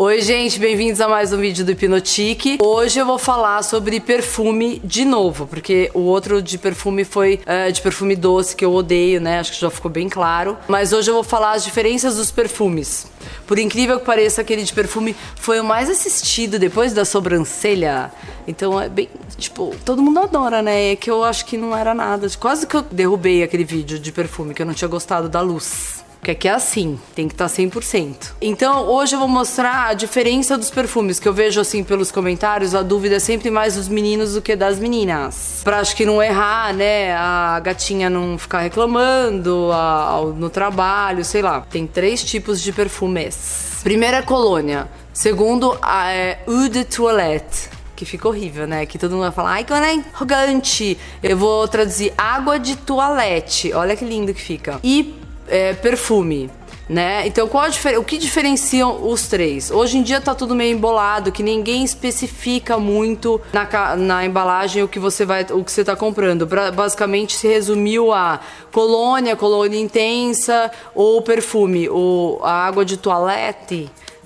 Oi gente, bem-vindos a mais um vídeo do Hipnotique. Hoje eu vou falar sobre perfume de novo, porque o outro de perfume foi de perfume doce, que eu odeio, né? Acho que já ficou bem claro. Mas hoje eu vou falar as diferenças dos perfumes. Por incrível que pareça, aquele de perfume foi o mais assistido depois da sobrancelha. Então é bem, tipo, todo mundo adora, né? É que eu acho que não era nada. Quase que eu derrubei aquele vídeo de perfume, que eu não tinha gostado da luz. Porque aqui é assim, tem que estar 100%. Então, hoje eu vou mostrar a diferença dos perfumes, que eu vejo assim pelos comentários, a dúvida é sempre mais dos meninos do que das meninas. Pra acho que não errar, né, a gatinha não ficar reclamando no trabalho, sei lá. Tem 3 tipos de perfumes. Primeiro é colônia. Segundo, eau de toilette. Que fica horrível, né? Que todo mundo vai falar, ai, que é arrogante. Eu vou traduzir água de toalete. Olha que lindo que fica. E perfume, né? Então o que diferenciam os 3? Hoje em dia tá tudo meio embolado, que ninguém especifica muito na embalagem o que você tá comprando. Basicamente se resumiu a colônia intensa ou perfume. A água de toalete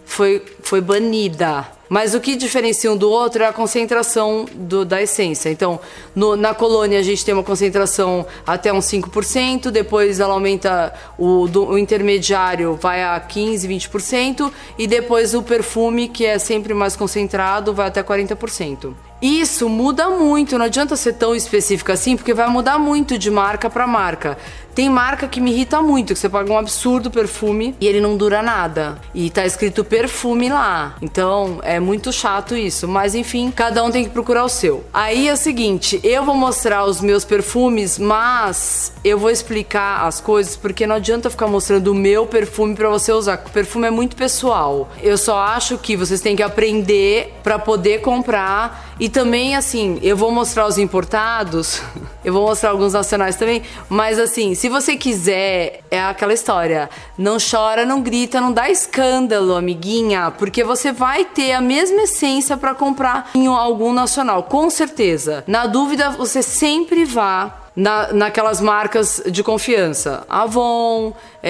foi banida. Mas o que diferencia um do outro é a concentração da essência. Então, na colônia a gente tem uma concentração até uns 5%, depois ela aumenta, o intermediário vai a 15%, 20%, e depois o perfume, que é sempre mais concentrado, vai até 40%. Isso muda muito, não adianta ser tão específico assim, porque vai mudar muito de marca para marca. Tem marca que me irrita muito, que você paga um absurdo perfume e ele não dura nada. E tá escrito perfume lá. Então é muito chato isso, mas enfim, cada um tem que procurar o seu. Aí é o seguinte, eu vou mostrar os meus perfumes, mas eu vou explicar as coisas, porque não adianta ficar mostrando o meu perfume pra você usar. O perfume é muito pessoal. Eu só acho que vocês têm que aprender pra poder comprar. E também, assim, eu vou mostrar os importados, eu vou mostrar alguns nacionais também, mas assim, se você quiser, é aquela história, não chora, não grita, não dá escândalo, amiguinha, porque você vai ter a mesma essência pra comprar em algum nacional, com certeza. Na dúvida, você sempre vá naquelas marcas de confiança. Avon,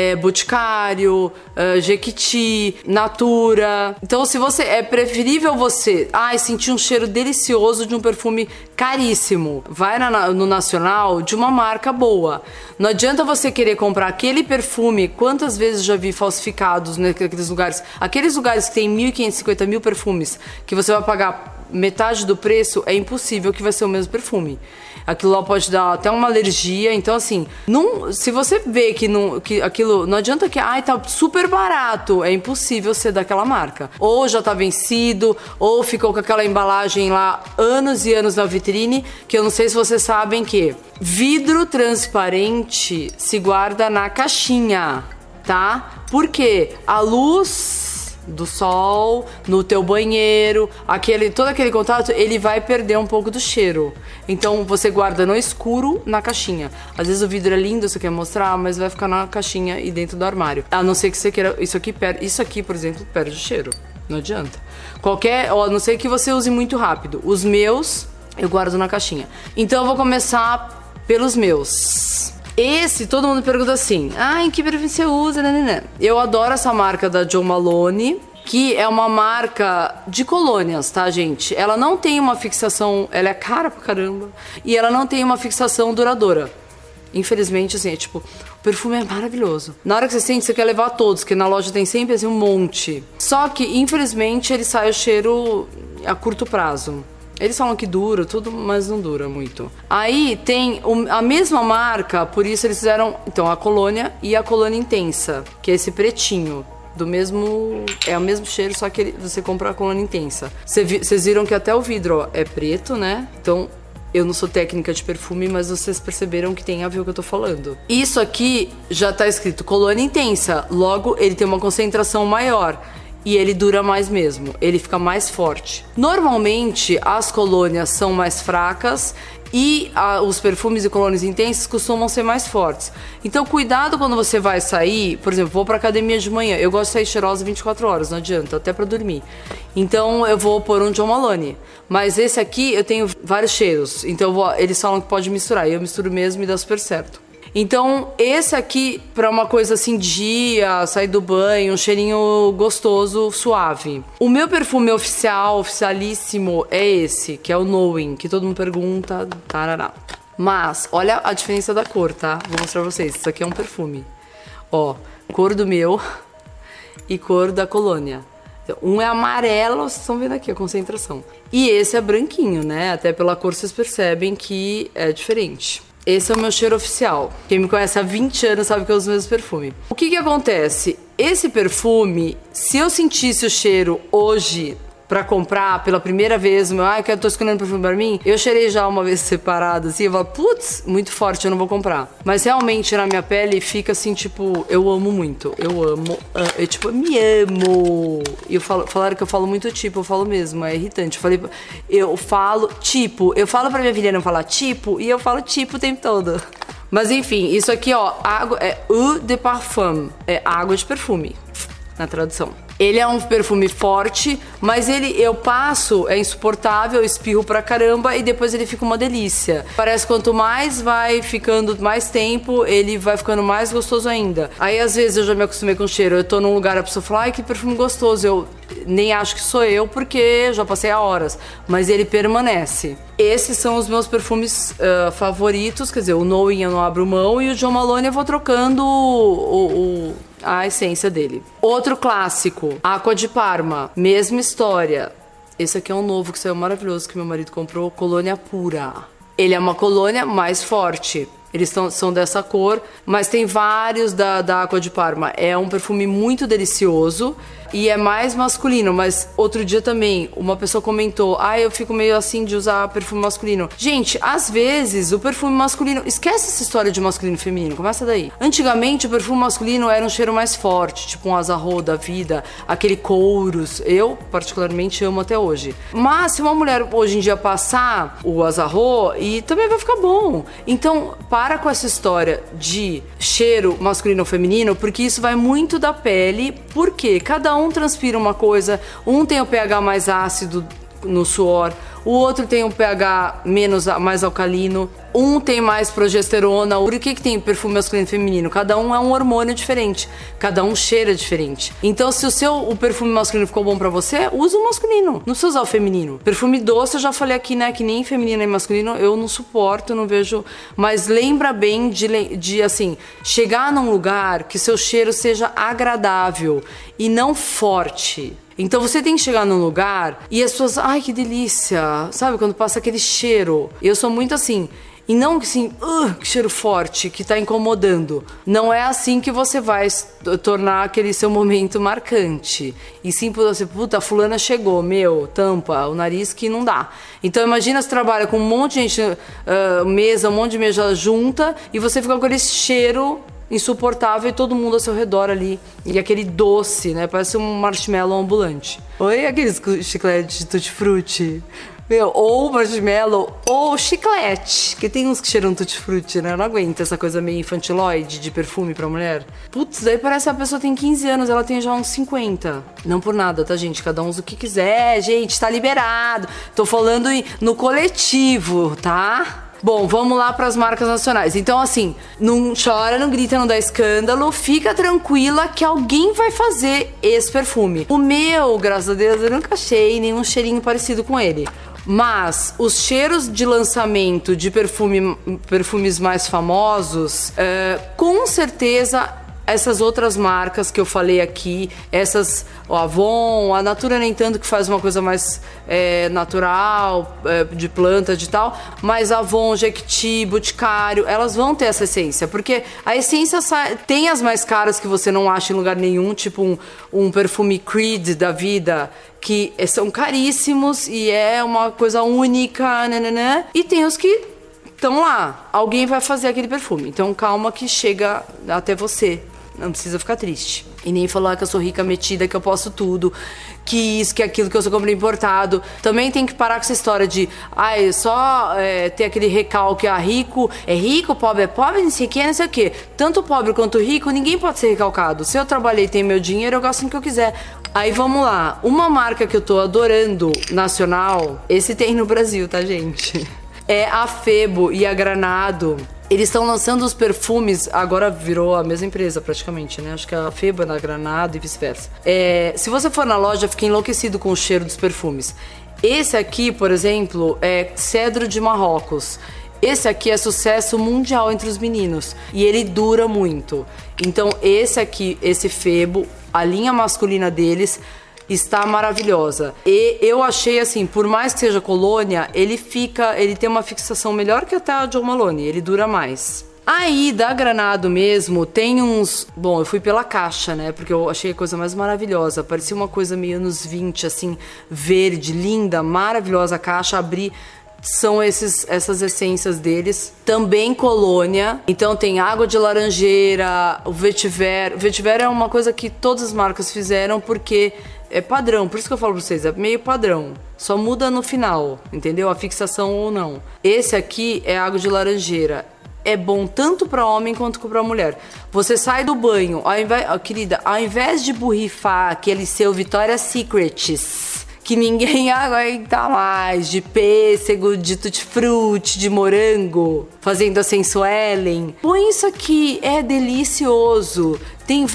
Boticário, Jequiti, Natura. Então, se você é preferível você sentir um cheiro delicioso de um perfume caríssimo, vai no nacional de uma marca boa. Não adianta você querer comprar aquele perfume. Quantas vezes já vi falsificados naqueles lugares? Aqueles lugares que tem 1.550 mil perfumes, que você vai pagar metade do preço, é impossível que vai ser o mesmo perfume. Aquilo lá pode dar até uma alergia. Então assim, se você vê que aquilo não adianta que tá super barato, é impossível ser daquela marca. Ou já tá vencido, ou ficou com aquela embalagem lá anos e anos na vitrine, que eu não sei se vocês sabem que vidro transparente se guarda na caixinha, tá? Porque a luz do sol, no teu banheiro, todo aquele contato, ele vai perder um pouco do cheiro. Então você guarda no escuro, na caixinha. Às vezes o vidro é lindo, você quer mostrar, mas vai ficar na caixinha e dentro do armário. A não ser que você queira, isso aqui, por exemplo, perde o cheiro. Não adianta. A não ser que você use muito rápido. Os meus, eu guardo na caixinha. Então eu vou começar pelos meus. Todo mundo pergunta assim, em que perfume você usa? Eu adoro essa marca da Jo Malone, que é uma marca de colônias, tá, gente? Ela não tem uma fixação, ela é cara pra caramba, e ela não tem uma fixação duradoura. Infelizmente, assim, o perfume é maravilhoso. Na hora que você sente, você quer levar todos, porque na loja tem sempre, assim, um monte. Só que, infelizmente, ele sai o cheiro a curto prazo. Eles falam que dura tudo, mas não dura muito. Aí tem a mesma marca, por isso eles fizeram então a colônia e a colônia intensa, que é esse pretinho. É o mesmo cheiro, só que você compra a colônia intensa. Vocês viram que até o vidro é preto, né? Então eu não sou técnica de perfume, mas vocês perceberam que tem a ver o que eu tô falando. Isso aqui já tá escrito colônia intensa, logo ele tem uma concentração maior. E ele dura mais mesmo, ele fica mais forte. Normalmente, as colônias são mais fracas e os perfumes e colônias intensas costumam ser mais fortes. Então, cuidado quando você vai sair. Por exemplo, vou pra academia de manhã. Eu gosto de sair cheirosa 24 horas, não adianta, até pra dormir. Então, eu vou pôr um Jo Malone. Mas esse aqui, eu tenho vários cheiros. Então, eles falam que pode misturar. E eu misturo mesmo e dá super certo. Então, esse aqui, pra uma coisa assim, dia, sair do banho, um cheirinho gostoso, suave. O meu perfume oficial, oficialíssimo, é esse, que é o Knowing, que todo mundo pergunta, tarará. Mas, olha a diferença da cor, tá? Vou mostrar pra vocês. Isso aqui é um perfume. Ó, cor do meu e cor da colônia. Um é amarelo, vocês estão vendo aqui a concentração. E esse é branquinho, né? Até pela cor vocês percebem que é diferente. Esse é o meu cheiro oficial. Quem me conhece há 20 anos sabe que eu uso o mesmo perfume. O que que acontece? Esse perfume, se eu sentisse o cheiro hoje pra comprar pela primeira vez, eu tô escolhendo perfume pra mim, eu cheirei já uma vez separado, assim, eu falo, putz, muito forte, eu não vou comprar. Mas realmente na minha pele fica assim, tipo, eu amo muito, eu amo, eu tipo, me amo. E falaram que eu falo muito tipo, eu falo mesmo, é irritante. Eu falo pra minha filha não falar tipo, e eu falo tipo o tempo todo. Mas enfim, isso aqui, ó, água, é eau de parfum, é água de perfume, na tradução. Ele é um perfume forte, mas eu passo, é insuportável, eu espirro pra caramba e depois ele fica uma delícia. Parece que quanto mais vai ficando mais tempo, ele vai ficando mais gostoso ainda. Aí às vezes eu já me acostumei com o cheiro, eu tô num lugar, a pessoa fala, ai que perfume gostoso, eu nem acho que sou eu porque já passei há horas, mas ele permanece. Esses são os meus perfumes favoritos, quer dizer, o Knowing eu não abro mão e o Jo Malone eu vou trocando a essência dele. Outro clássico, Acqua di Parma, mesma história. Esse aqui é um novo que saiu maravilhoso que meu marido comprou, Colônia Pura. Ele é uma colônia mais forte. Eles são dessa cor, mas tem vários da Acqua di Parma. É um perfume muito delicioso e é mais masculino, mas outro dia também uma pessoa comentou, eu fico meio assim de usar perfume masculino. Gente, às vezes o perfume masculino, esquece essa história de masculino e feminino, começa daí. Antigamente o perfume masculino era um cheiro mais forte, tipo um Azarro da vida, aquele Kouros, eu particularmente amo até hoje. Mas se uma mulher hoje em dia passar o Azarro, e também vai ficar bom. Então, para com essa história de cheiro masculino ou feminino, porque isso vai muito da pele, porque cada um transpira uma coisa, um tem o pH mais ácido no suor, o outro tem um pH mais alcalino, um tem mais progesterona. Por que tem perfume masculino e feminino? Cada um é um hormônio diferente, cada um cheira diferente. Então se o perfume masculino ficou bom pra você, usa o masculino, não precisa usar o feminino. Perfume doce eu já falei aqui, né, que nem feminino nem masculino eu não suporto, não vejo, mas lembra bem de assim, chegar num lugar que seu cheiro seja agradável e não forte. Então você tem que chegar num lugar e as pessoas, ai que delícia, sabe, quando passa aquele cheiro. Eu sou muito assim, e não assim, que cheiro forte, que tá incomodando. Não é assim que você vai tornar aquele seu momento marcante. E sim, você, puta, a fulana chegou, tampa o nariz que não dá. Então imagina você trabalha com um monte de gente, um monte de mesa junta, e você fica com aquele cheiro insuportável e todo mundo ao seu redor ali. E aquele doce, né? Parece um marshmallow ambulante. Oi, aqueles chicletes de tutti-frutti. Ou marshmallow, ou chiclete. Que tem uns que cheiram tutti-frutti, né? Eu não aguento essa coisa meio infantiloide de perfume pra mulher. Putz, daí parece que a pessoa tem 15 anos, ela tem já uns 50. Não por nada, tá, gente? Cada um usa o que quiser, gente, tá liberado. Tô falando no coletivo, tá? Bom, vamos lá para as marcas nacionais. Então, assim, não chora, não grita, não dá escândalo. Fica tranquila que alguém vai fazer esse perfume. O meu, graças a Deus, eu nunca achei nenhum cheirinho parecido com ele. Mas os cheiros de lançamento de perfumes mais famosos, com certeza essas outras marcas que eu falei aqui, o Avon, a Natura nem tanto, que faz uma coisa mais natural, de planta, de tal, mas Avon, Jequiti, Boticário, elas vão ter essa essência, porque a essência tem as mais caras que você não acha em lugar nenhum, tipo um perfume Creed da vida, que são caríssimos e é uma coisa única, nananã, e tem os que estão lá, alguém vai fazer aquele perfume, então calma que chega até você. Não precisa ficar triste. E nem falar que eu sou rica metida, que eu posso tudo, que isso, que aquilo, que eu sou comprei importado. Também tem que parar com essa história de só ter aquele recalque, rico é rico, pobre é pobre, não sei o que, não sei o que. Tanto pobre quanto rico, ninguém pode ser recalcado. Se eu trabalhei e tenho meu dinheiro, eu gasto no que eu quiser. Aí vamos lá. Uma marca que eu tô adorando, nacional, esse tem no Brasil, tá, gente? É a Febo e a Granado. Eles estão lançando os perfumes, agora virou a mesma empresa praticamente, né? Acho que a Febo é na Granado e vice-versa. Se você for na loja, fica enlouquecido com o cheiro dos perfumes. Esse aqui, por exemplo, é Cedro de Marrocos. Esse aqui é sucesso mundial entre os meninos e ele dura muito. Então esse aqui, esse Febo, a linha masculina deles está maravilhosa. E eu achei assim, por mais que seja colônia, ele tem uma fixação melhor que até a Jo Malone, ele dura mais. Aí, da Granado mesmo, tem uns... Bom, eu fui pela caixa, né? Porque eu achei a coisa mais maravilhosa. Parecia uma coisa meio anos 20, assim, verde, linda, maravilhosa a caixa. Abri... São essas essências deles. Também colônia. Então tem água de laranjeira, o vetiver. O vetiver é uma coisa que todas as marcas fizeram porque é padrão. Por isso que eu falo pra vocês, é meio padrão. Só muda no final, entendeu? A fixação ou não. Esse aqui é água de laranjeira. É bom tanto para homem quanto para mulher. Você sai do banho, querida, ao invés de borrifar aquele seu Victoria's Secrets, que ninguém aguenta mais, de pêssego, de tutti-frutti, de morango, fazendo a Sensuellen, põe isso aqui, é delicioso. Tem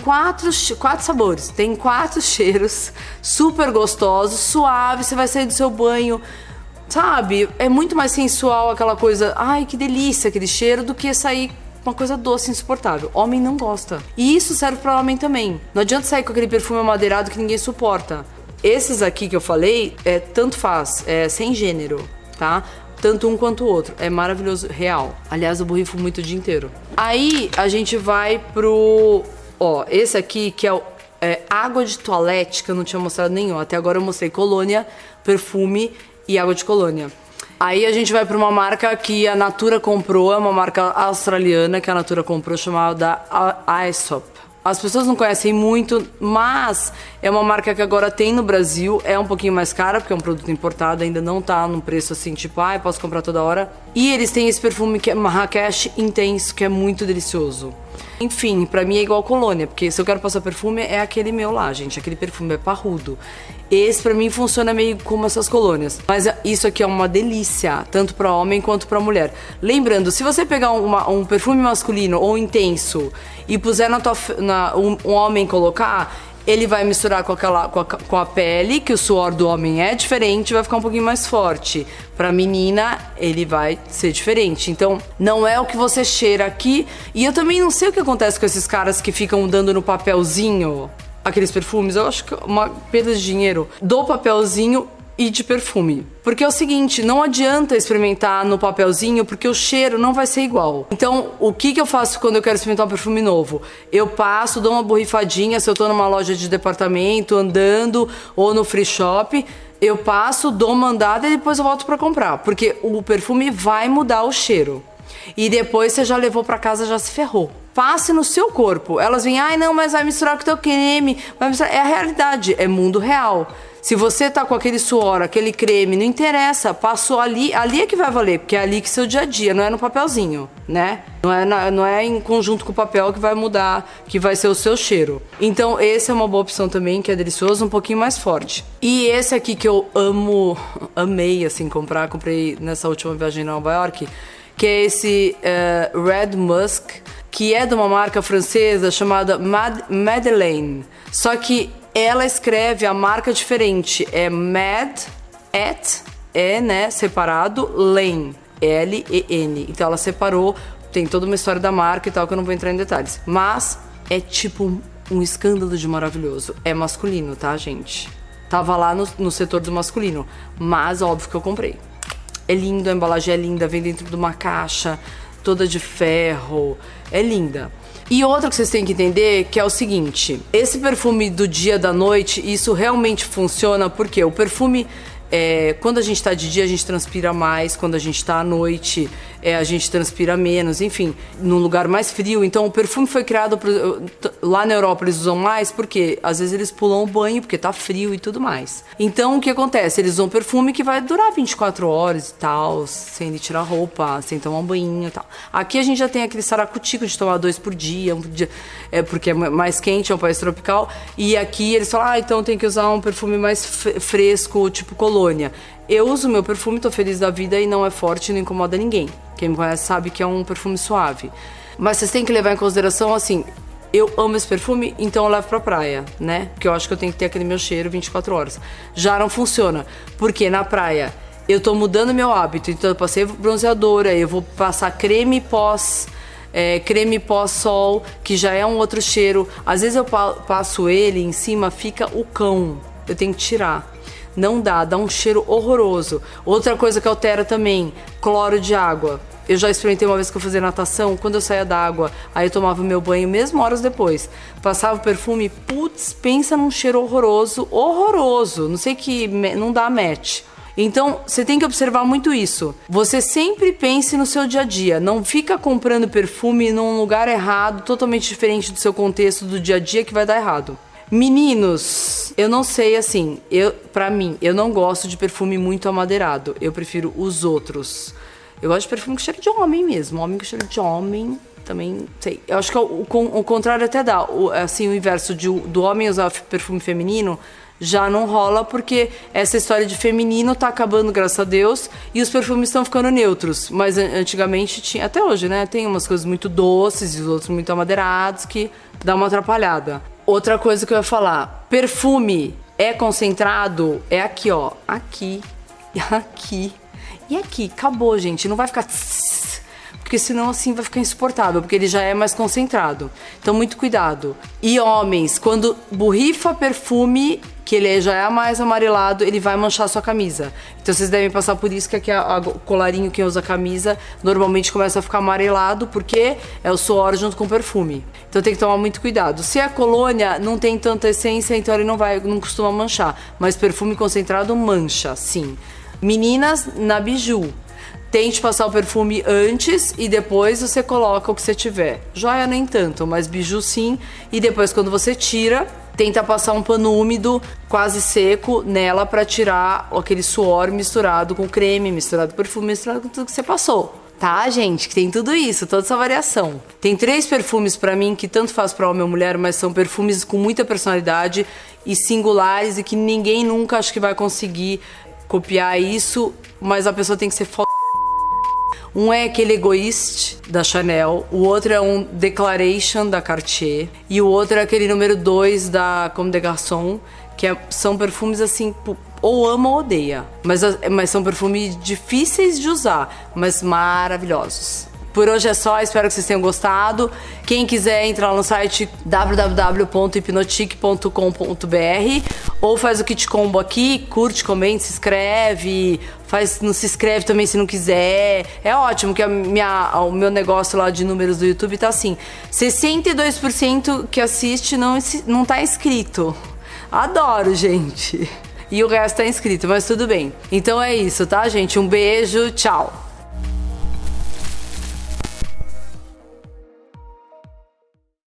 4 sabores, tem 4 cheiros, super gostosos, suave, você vai sair do seu banho... Sabe, é muito mais sensual aquela coisa, ai que delícia aquele cheiro, do que sair uma coisa doce, insuportável. Homem não gosta. E isso serve pra homem também. Não adianta sair com aquele perfume amadeirado que ninguém suporta. Esses aqui que eu falei, tanto faz, sem gênero, tá? Tanto um quanto o outro. É maravilhoso, real. Aliás, eu borrifo muito o dia inteiro. Aí a gente vai pro... Ó, esse aqui que é água de toalete, que eu não tinha mostrado nenhum. Até agora eu mostrei colônia, perfume e água de colônia. Aí a gente vai para uma marca que a Natura comprou, é uma marca australiana que a Natura comprou, chamada Aesop. As pessoas não conhecem muito, mas é uma marca que agora tem no Brasil, é um pouquinho mais cara, porque é um produto importado, ainda não tá num preço assim, tipo, posso comprar toda hora. E eles têm esse perfume que é Marrakech Intenso, que é muito delicioso. Enfim, pra mim é igual colônia, porque se eu quero passar perfume, é aquele meu lá, gente, aquele perfume é parrudo. Esse pra mim funciona meio como essas colônias. Mas isso aqui é uma delícia, tanto pra homem quanto pra mulher. Lembrando, se você pegar um perfume masculino ou intenso e puser um homem colocar, ele vai misturar com a pele, que o suor do homem é diferente, vai ficar um pouquinho mais forte. Pra menina, ele vai ser diferente. Então, não é o que você cheira aqui. E eu também não sei o que acontece com esses caras que ficam dando no papelzinho aqueles perfumes. Eu acho que é uma perda de dinheiro. Do papelzinho e de perfume. Porque é o seguinte, não adianta experimentar no papelzinho, porque o cheiro não vai ser igual. Então, o que eu faço quando eu quero experimentar um perfume novo? Eu passo, dou uma borrifadinha, se eu tô numa loja de departamento, andando, ou no free shop, eu passo, dou uma andada e depois eu volto pra comprar. Porque o perfume vai mudar o cheiro. E depois você já levou pra casa, já se ferrou. Passe no seu corpo. Elas vêm, não, mas vai misturar com o teu creme. Vai misturar. É a realidade, é mundo real. Se você tá com aquele suor, aquele creme, não interessa, passou ali é que vai valer, porque é ali que é seu dia a dia, não é no papelzinho, né? Não é em conjunto com o papel que vai mudar, que vai ser o seu cheiro. Então esse é uma boa opção também, que é delicioso, um pouquinho mais forte. E esse aqui que eu amei assim comprar, comprei nessa última viagem em Nova York, que é esse Red Musk, que é de uma marca francesa chamada Madeleine. Só que ela escreve a marca diferente, é separado, Lane, L-E-N. Então ela separou, tem toda uma história da marca e tal, que eu não vou entrar em detalhes. Mas é tipo um escândalo de maravilhoso. É masculino, tá, gente? Tava lá no setor do masculino, mas óbvio que eu comprei. É lindo, a embalagem é linda, vem dentro de uma caixa toda de ferro, é linda. E outra que vocês têm que entender, que é o seguinte, esse perfume do dia, da noite, isso realmente funciona porque o perfume, quando a gente tá de dia, a gente transpira mais, quando a gente tá à noite, a gente transpira menos, enfim, num lugar mais frio. Então o perfume foi criado lá na Europa, eles usam mais porque às vezes eles pulam o banho porque tá frio e tudo mais. Então o que acontece? Eles usam perfume que vai durar 24 horas e tal, sem ele tirar roupa, sem tomar um banho e tal. Aqui a gente já tem aquele saracutico de tomar 2 por dia, porque é mais quente, é um país tropical. E aqui eles falam, então tem que usar um perfume mais fresco, tipo colônia. Eu uso meu perfume, tô feliz da vida e não é forte, não incomoda ninguém. Quem me conhece sabe que é um perfume suave. Mas vocês têm que levar em consideração, assim, eu amo esse perfume, então eu levo pra praia, né? Porque eu acho que eu tenho que ter aquele meu cheiro 24 horas. Já não funciona, porque na praia eu tô mudando meu hábito, então eu passei bronzeadora, eu vou passar creme pós-sol, que já é um outro cheiro. Às vezes eu passo ele em cima, fica o cão. Eu tenho que tirar. Não dá um cheiro horroroso. Outra coisa que altera também, cloro de água. Eu já experimentei uma vez que eu fazia natação, quando eu saía da água, aí eu tomava meu banho mesmo horas depois. Passava o perfume, putz, pensa num cheiro horroroso, horroroso. Não sei que, não dá match. Então, você tem que observar muito isso. Você sempre pense no seu dia a dia. Não fica comprando perfume num lugar errado, totalmente diferente do seu contexto do dia a dia, que vai dar errado. Meninos, eu não sei, assim, pra mim, eu não gosto de perfume muito amadeirado. Eu prefiro os outros. Eu gosto de perfume com cheiro de homem mesmo. Homem com cheiro de homem, também, sei. Eu acho que o contrário até dá. Assim, o inverso do homem usar perfume feminino já não rola, porque essa história de feminino tá acabando, graças a Deus, e os perfumes estão ficando neutros. Mas antigamente tinha, até hoje, né? Tem umas coisas muito doces e os outros muito amadeirados que dá uma atrapalhada. Outra coisa que eu ia falar, perfume é concentrado, é aqui, ó, aqui, aqui e aqui. Acabou, gente, não vai ficar tss, porque senão assim vai ficar insuportável, porque ele já é mais concentrado. Então muito cuidado. E homens, quando borrifa perfume, que ele já é mais amarelado, ele vai manchar a sua camisa. Então vocês devem passar por isso, que aqui o colarinho que usa camisa normalmente começa a ficar amarelado, porque é o suor junto com o perfume. Então tem que tomar muito cuidado. Se a colônia não tem tanta essência, então ele não costuma manchar. Mas perfume concentrado mancha, sim. Meninas, na biju, tente passar o perfume antes e depois você coloca o que você tiver. Joia nem tanto, mas biju sim. E depois, quando você tira, tenta passar um pano úmido, quase seco, nela pra tirar aquele suor misturado com creme, misturado com perfume, misturado com tudo que você passou. Tá, gente? Que tem tudo isso, toda essa variação. Tem 3 perfumes pra mim que tanto faz pra homem ou mulher, mas são perfumes com muita personalidade e singulares e que ninguém nunca acho que vai conseguir copiar isso, mas a pessoa tem que ser foda. Um é aquele Egoist da Chanel, o outro é um Declaration da Cartier e o outro é aquele número 2 da Comme des Garçons, que são perfumes assim, ou ama ou odeia, mas são perfumes difíceis de usar, mas maravilhosos. Por hoje é só, espero que vocês tenham gostado. Quem quiser entrar no site www.hipnotique.com.br ou faz o kit combo aqui, curte, comente, se inscreve, não se inscreve também se não quiser. É ótimo que o meu negócio lá de números do YouTube tá assim, 62% que assiste não tá inscrito. Adoro, gente. E o resto tá inscrito, mas tudo bem. Então é isso, tá, gente? Um beijo, tchau.